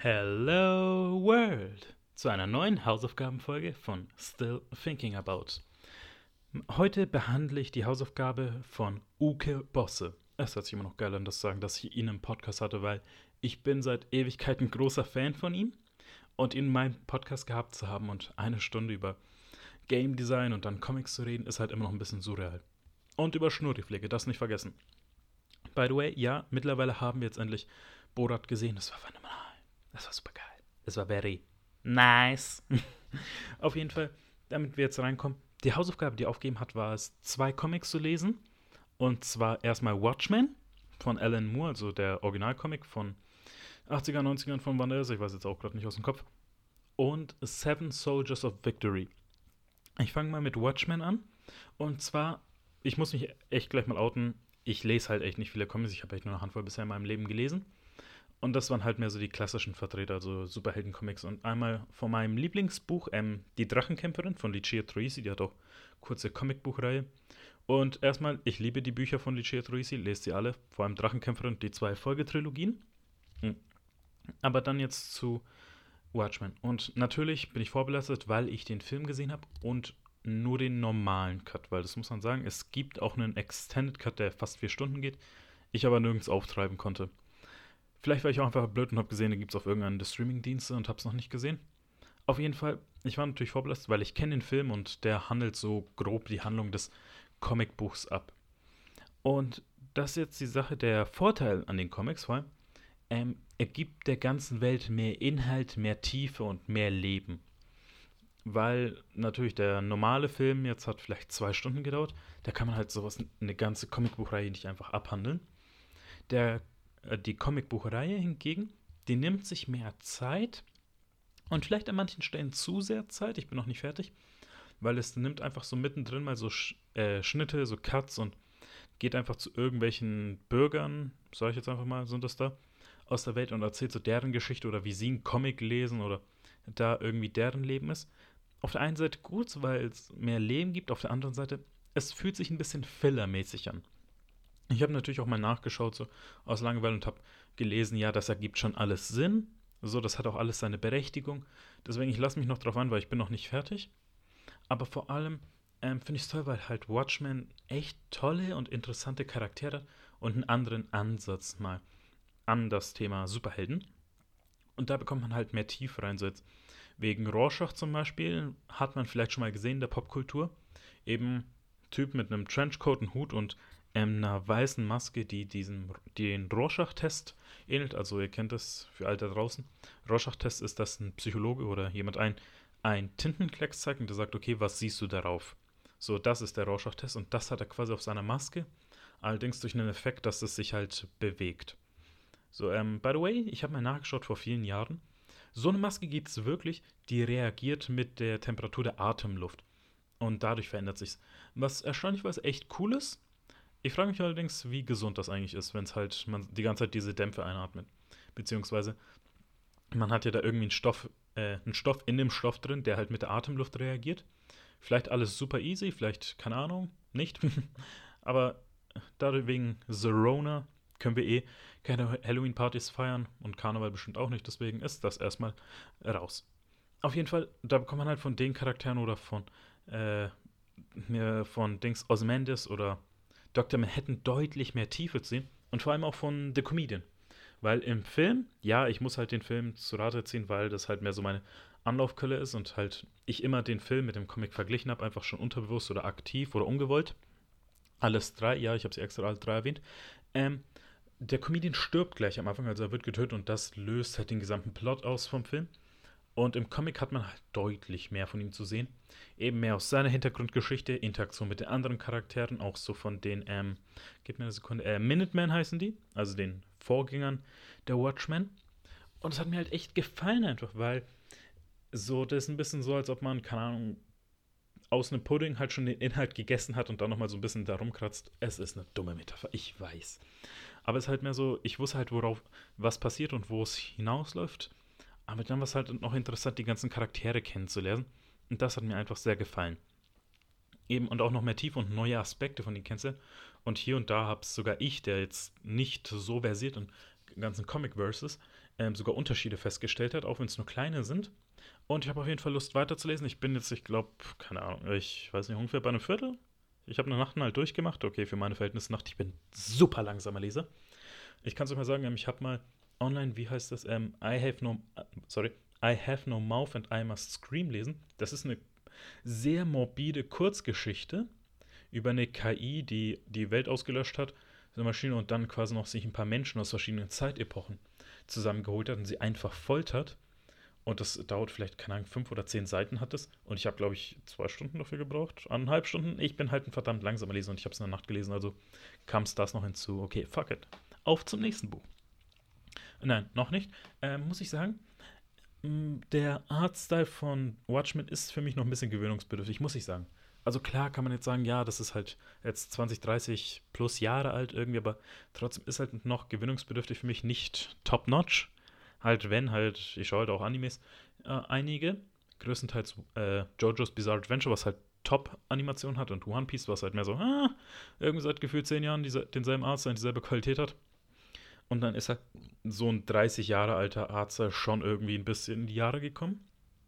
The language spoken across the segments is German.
Hello World! Zu einer neuen Hausaufgabenfolge von Still Thinking About. Heute behandle ich die Hausaufgabe von Uke Bosse. Es hört sich immer noch geil an, das zu sagen, dass ich ihn im Podcast hatte, weil ich bin seit Ewigkeiten großer Fan von ihm. Und ihn in meinem Podcast gehabt zu haben und eine Stunde über Game Design und dann Comics zu reden, ist halt immer noch ein bisschen surreal. Und über Schnurrpflege, das nicht vergessen. By the way, ja, mittlerweile haben wir jetzt endlich Borat gesehen. Das war phänomenal. Das war super geil. Das war very nice. Auf jeden Fall, damit wir jetzt reinkommen. Die Hausaufgabe, die er aufgegeben hat, war es, 2 Comics zu lesen. Und zwar erstmal Watchmen von Alan Moore, also der Originalcomic von 80er, 90ern von wann der ist. Ich weiß jetzt auch gerade nicht aus dem Kopf. Und Seven Soldiers of Victory. Ich fange mal mit Watchmen an. Und zwar, ich muss mich echt gleich mal outen. Ich lese halt echt nicht viele Comics. Ich habe echt nur eine Handvoll bisher in meinem Leben gelesen. Und das waren halt mehr so die klassischen Vertreter, also Superhelden-Comics. Und einmal von meinem Lieblingsbuch, Die Drachenkämpferin von Lucia Troisi, die hat auch kurze Comicbuchreihe. Und erstmal, ich liebe die Bücher von Lucia Troisi, lese sie alle, vor allem Drachenkämpferin, die 2 Folgetrilogien. Mhm. Aber dann jetzt zu Watchmen. Und natürlich bin ich vorbelastet, weil ich den Film gesehen habe und nur den normalen Cut, weil das muss man sagen, es gibt auch einen Extended Cut, der fast 4 Stunden geht, ich aber nirgends auftreiben konnte. Vielleicht war ich auch einfach blöd und habe gesehen, den gibt es auf irgendeinen der Streaming-Dienste und habe es noch nicht gesehen. Auf jeden Fall, ich war natürlich vorbelastet, weil ich kenne den Film und der handelt so grob die Handlung des Comicbuchs ab. Und das ist jetzt die Sache, der Vorteil an den Comics vor allem, er gibt der ganzen Welt mehr Inhalt, mehr Tiefe und mehr Leben. Weil natürlich der normale Film jetzt hat vielleicht 2 Stunden gedauert, da kann man halt sowas, eine ganze Comicbuchreihe nicht einfach abhandeln. Die Comicbuchreihe hingegen, die nimmt sich mehr Zeit und vielleicht an manchen Stellen zu sehr Zeit. Ich bin noch nicht fertig, weil es nimmt einfach so mittendrin mal so Schnitte, so Cuts und geht einfach zu irgendwelchen Bürgern, sage ich jetzt einfach mal, sind das da, aus der Welt und erzählt so deren Geschichte oder wie sie einen Comic lesen oder da irgendwie deren Leben ist. Auf der einen Seite gut, weil es mehr Leben gibt, auf der anderen Seite, es fühlt sich ein bisschen fillermäßig an. Ich habe natürlich auch mal nachgeschaut, so aus Langeweile und habe gelesen, ja, das ergibt schon alles Sinn. So, das hat auch alles seine Berechtigung. Deswegen, ich lasse mich noch drauf an, weil ich bin noch nicht fertig. Aber vor allem finde ich es toll, weil halt Watchmen echt tolle und interessante Charaktere hat und einen anderen Ansatz mal an das Thema Superhelden. Und da bekommt man halt mehr Tiefe rein. So jetzt wegen Rorschach zum Beispiel hat man vielleicht schon mal gesehen in der Popkultur. Eben Typ mit einem Trenchcoat, einem Hut und einer weißen Maske, die den Rorschach-Test ähnelt. Also ihr kennt das für alle da draußen. Rorschach-Test ist, dass ein Psychologe oder jemand ein Tintenklecks zeigt und der sagt, okay, was siehst du darauf? So, das ist der Rorschach-Test und das hat er quasi auf seiner Maske. Allerdings durch einen Effekt, dass es sich halt bewegt. So, by the way, ich habe mal nachgeschaut vor vielen Jahren. So eine Maske gibt es wirklich, die reagiert mit der Temperatur der Atemluft. Und dadurch verändert sich's. Was erstaunlicherweise echt cool ist. Ich frage mich allerdings, wie gesund das eigentlich ist, wenn es halt man die ganze Zeit diese Dämpfe einatmet. Beziehungsweise, man hat ja da irgendwie einen Stoff in dem Stoff drin, der halt mit der Atemluft reagiert. Vielleicht alles super easy, vielleicht, keine Ahnung, nicht. Aber dadurch wegen Zorona können wir keine Halloween-Partys feiern und Karneval bestimmt auch nicht, deswegen ist das erstmal raus. Auf jeden Fall, da bekommt man halt von den Charakteren oder äh, von Dings Ozymandias oder Dr. Manhattan deutlich mehr Tiefe zu sehen und vor allem auch von The Comedian. Weil im Film, ja, ich muss halt den Film zu Rate ziehen, weil das halt mehr so meine Anlaufquelle ist und halt ich immer den Film mit dem Comic verglichen habe, einfach schon unterbewusst oder aktiv oder ungewollt. Alles 3, ja, ich habe sie extra alle 3 erwähnt. Ähm, der Comedian stirbt gleich am Anfang, also er wird getötet und das löst halt den gesamten Plot aus vom Film. Und im Comic hat man halt deutlich mehr von ihm zu sehen. Eben mehr aus seiner Hintergrundgeschichte, Interaktion mit den anderen Charakteren, auch so von den, gib mir eine Sekunde, Minutemen heißen die, also den Vorgängern der Watchmen. Und es hat mir halt echt gefallen einfach, weil so, das ist ein bisschen so, als ob man, keine Ahnung, aus einem Pudding halt schon den Inhalt gegessen hat und dann nochmal so ein bisschen da rumkratzt. Es ist eine dumme Metapher, ich weiß. Aber es ist halt mehr so, ich wusste halt, worauf was passiert und wo es hinausläuft. Aber dann war es halt noch interessant, die ganzen Charaktere kennenzulernen. Und das hat mir einfach sehr gefallen. Eben und auch noch mehr Tiefe und neue Aspekte von den kennenzulernen. Und hier und da habe es sogar ich, der jetzt nicht so versiert in ganzen Comic-Verses, sogar Unterschiede festgestellt hat, auch wenn es nur kleine sind. Und ich habe auf jeden Fall Lust weiterzulesen. Ich bin jetzt, ich glaube, keine Ahnung, ich weiß nicht, ungefähr bei einem Viertel. Ich habe eine Nacht mal durchgemacht. Okay, für meine Verhältnisse Nacht. Ich bin super langsamer Leser. Ich kann es euch mal sagen, ich habe mal online, wie heißt das, I have no mouth and I must scream lesen. Das ist eine sehr morbide Kurzgeschichte über eine KI, die die Welt ausgelöscht hat, so eine Maschine, und dann quasi noch sich ein paar Menschen aus verschiedenen Zeitepochen zusammengeholt hat und sie einfach foltert. Und das dauert vielleicht, keine Ahnung, 5 oder 10 Seiten hat es. Und ich habe, glaube ich, 2 Stunden dafür gebraucht. 1,5 Stunden. Ich bin halt ein verdammt langsamer Leser und ich habe es in der Nacht gelesen. Also kam es das noch hinzu. Okay, fuck it. Auf zum nächsten Buch. Nein, noch nicht. Muss ich sagen, der Artstyle von Watchmen ist für mich noch ein bisschen gewöhnungsbedürftig, muss ich sagen. Also klar kann man jetzt sagen, ja, das ist halt jetzt 20, 30 plus Jahre alt irgendwie, aber trotzdem ist halt noch gewöhnungsbedürftig für mich, nicht top-notch. Halt, wenn, halt, ich schaue halt auch Animes, einige, größtenteils JoJo's Bizarre Adventure, was halt Top-Animation hat, und One Piece, was halt mehr so, irgendwie seit gefühlt 10 Jahren denselben Artstyle, dieselbe Qualität hat. Und dann ist halt so ein 30 Jahre alter Artstyle schon irgendwie ein bisschen in die Jahre gekommen.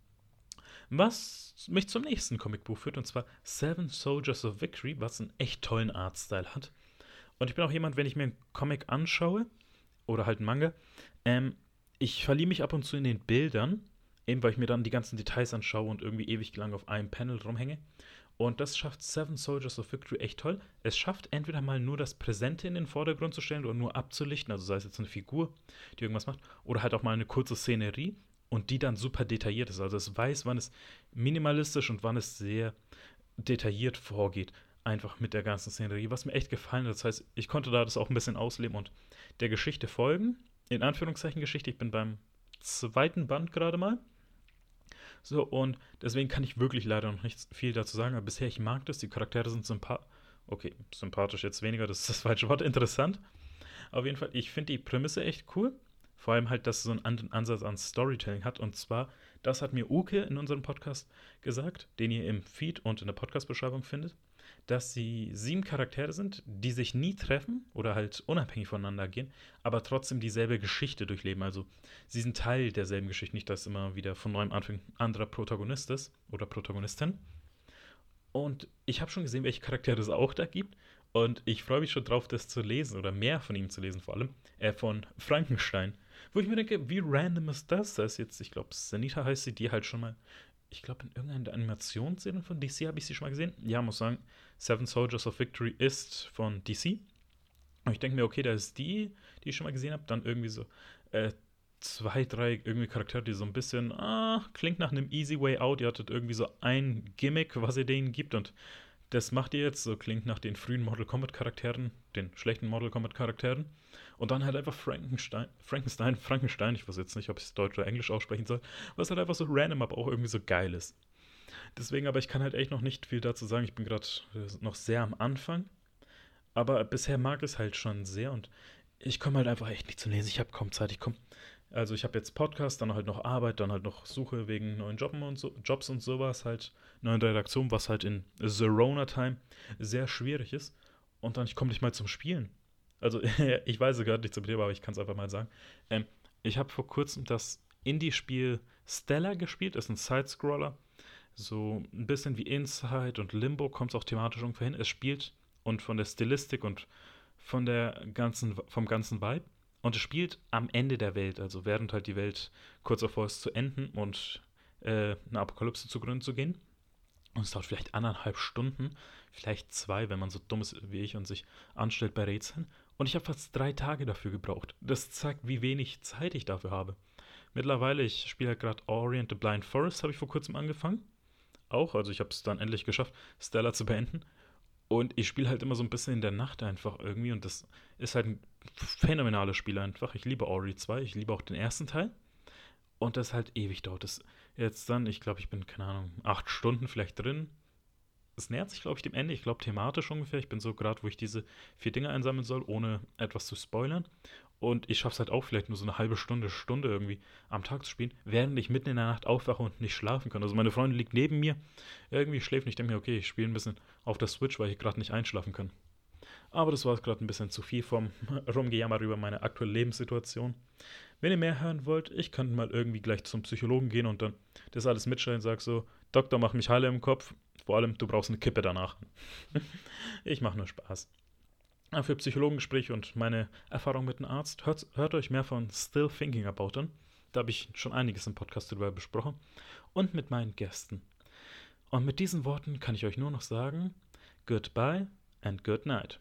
Was mich zum nächsten Comicbuch führt, und zwar Seven Soldiers of Victory, was einen echt tollen Artstyle hat. Und ich bin auch jemand, wenn ich mir einen Comic anschaue, oder halt einen Manga, ich verliere mich ab und zu in den Bildern, eben weil ich mir dann die ganzen Details anschaue und irgendwie ewig lang auf einem Panel rumhänge. Und das schafft Seven Soldiers of Victory echt toll. Es schafft entweder mal nur das Präsente in den Vordergrund zu stellen oder nur abzulichten, also sei es jetzt eine Figur, die irgendwas macht, oder halt auch mal eine kurze Szenerie und die dann super detailliert ist. Also es weiß, wann es minimalistisch und wann es sehr detailliert vorgeht. Einfach mit der ganzen Szenerie, was mir echt gefallen hat. Das heißt, ich konnte da das auch ein bisschen ausleben und der Geschichte folgen. In Anführungszeichen Geschichte. Ich bin beim zweiten Band gerade mal. So, und deswegen kann ich wirklich leider noch nicht viel dazu sagen, aber bisher, ich mag das. Die Charaktere sind sympathisch. Okay, sympathisch jetzt weniger, das ist das falsche Wort. Interessant. Auf jeden Fall, ich finde die Prämisse echt cool. Vor allem halt, dass es so einen anderen Ansatz an Storytelling hat. Und zwar, das hat mir Uke in unserem Podcast gesagt, den ihr im Feed und in der Podcast-Beschreibung findet, dass sie 7 Charaktere sind, die sich nie treffen oder halt unabhängig voneinander agieren, aber trotzdem dieselbe Geschichte durchleben. Also sie sind Teil derselben Geschichte, nicht, dass immer wieder von neuem Anfang anderer Protagonist ist oder Protagonistin. Und ich habe schon gesehen, welche Charaktere es auch da gibt. Und ich freue mich schon drauf, das zu lesen oder mehr von ihm zu lesen, vor allem. Von Frankenstein. Wo ich mir denke, wie random ist das? Da ist jetzt, ich glaube, Senita heißt sie, die halt schon mal, ich glaube, in irgendeiner Animationsserie von DC habe ich sie schon mal gesehen. Ja, muss sagen, Seven Soldiers of Victory ist von DC. Und ich denke mir, okay, da ist die ich schon mal gesehen habe. Dann irgendwie so 2, 3 irgendwie Charaktere, die so ein bisschen, klingt nach einem Easy Way Out. Ihr hattet irgendwie so ein Gimmick, was ihr denen gibt, und das macht ihr jetzt, so klingt nach den frühen Mortal Kombat Charakteren, den schlechten Mortal Kombat Charakteren. Und dann halt einfach Frankenstein, ich weiß jetzt nicht, ob ich es Deutsch oder Englisch aussprechen soll, was halt einfach so random, aber auch irgendwie so geil ist. Deswegen, aber ich kann halt echt noch nicht viel dazu sagen, ich bin gerade noch sehr am Anfang, aber bisher mag es halt schon sehr, und ich komme halt einfach echt nicht zum Lesen, ich habe kaum Zeit, also ich habe jetzt Podcast, dann halt noch Arbeit, dann halt noch Suche wegen neuen Jobs und sowas, halt neuen Redaktion, was halt in The Rona Time sehr schwierig ist. Und dann, ich komme nicht mal zum Spielen. Also ich weiß es gerade nicht zum Thema, aber ich kann es einfach mal sagen. Ähm, ich habe vor kurzem das Indie-Spiel Stella gespielt, ist ein Side-Scroller. So ein bisschen wie Inside und Limbo kommt es auch thematisch ungefähr hin. Es spielt und von der Stilistik und vom ganzen Vibe. Und es spielt am Ende der Welt, also während halt die Welt kurz davor ist zu enden und eine Apokalypse zugrunde zu gehen. Und es dauert vielleicht 1,5 Stunden, vielleicht 2, wenn man so dumm ist wie ich und sich anstellt bei Rätseln. Und ich habe fast 3 Tage dafür gebraucht. Das zeigt, wie wenig Zeit ich dafür habe. Mittlerweile, ich spiele halt gerade Ori and the Blind Forest, habe ich vor kurzem angefangen. Auch, also ich habe es dann endlich geschafft, Stella zu beenden. Und ich spiele halt immer so ein bisschen in der Nacht einfach irgendwie. Und das ist halt ein phänomenales Spiel einfach. Ich liebe Ori 2, ich liebe auch den ersten Teil. Und das halt ewig dauert. Das jetzt dann, ich glaube, ich bin, keine Ahnung, 8 Stunden vielleicht drin. Es nähert sich, glaube ich, dem Ende. Ich glaube, thematisch ungefähr. Ich bin so gerade, wo ich diese 4 Dinge einsammeln soll, ohne etwas zu spoilern. Und ich schaffe es halt auch vielleicht nur so eine halbe Stunde irgendwie am Tag zu spielen, während ich mitten in der Nacht aufwache und nicht schlafen kann. Also meine Freundin liegt neben mir, irgendwie schläft nicht. Ich denke mir, okay, ich spiele ein bisschen auf der Switch, weil ich gerade nicht einschlafen kann. Aber das war gerade ein bisschen zu viel vom Rumgejammer über meine aktuelle Lebenssituation. Wenn ihr mehr hören wollt, ich könnte mal irgendwie gleich zum Psychologen gehen und dann das alles mitschreiben und sag so, Doktor, mach mich heile im Kopf. Vor allem, du brauchst eine Kippe danach. Ich mache nur Spaß. Für Psychologengespräche und meine Erfahrung mit dem Arzt, hört euch mehr von Still Thinking About an. Da habe ich schon einiges im Podcast darüber besprochen. Und mit meinen Gästen. Und mit diesen Worten kann ich euch nur noch sagen, goodbye and good night.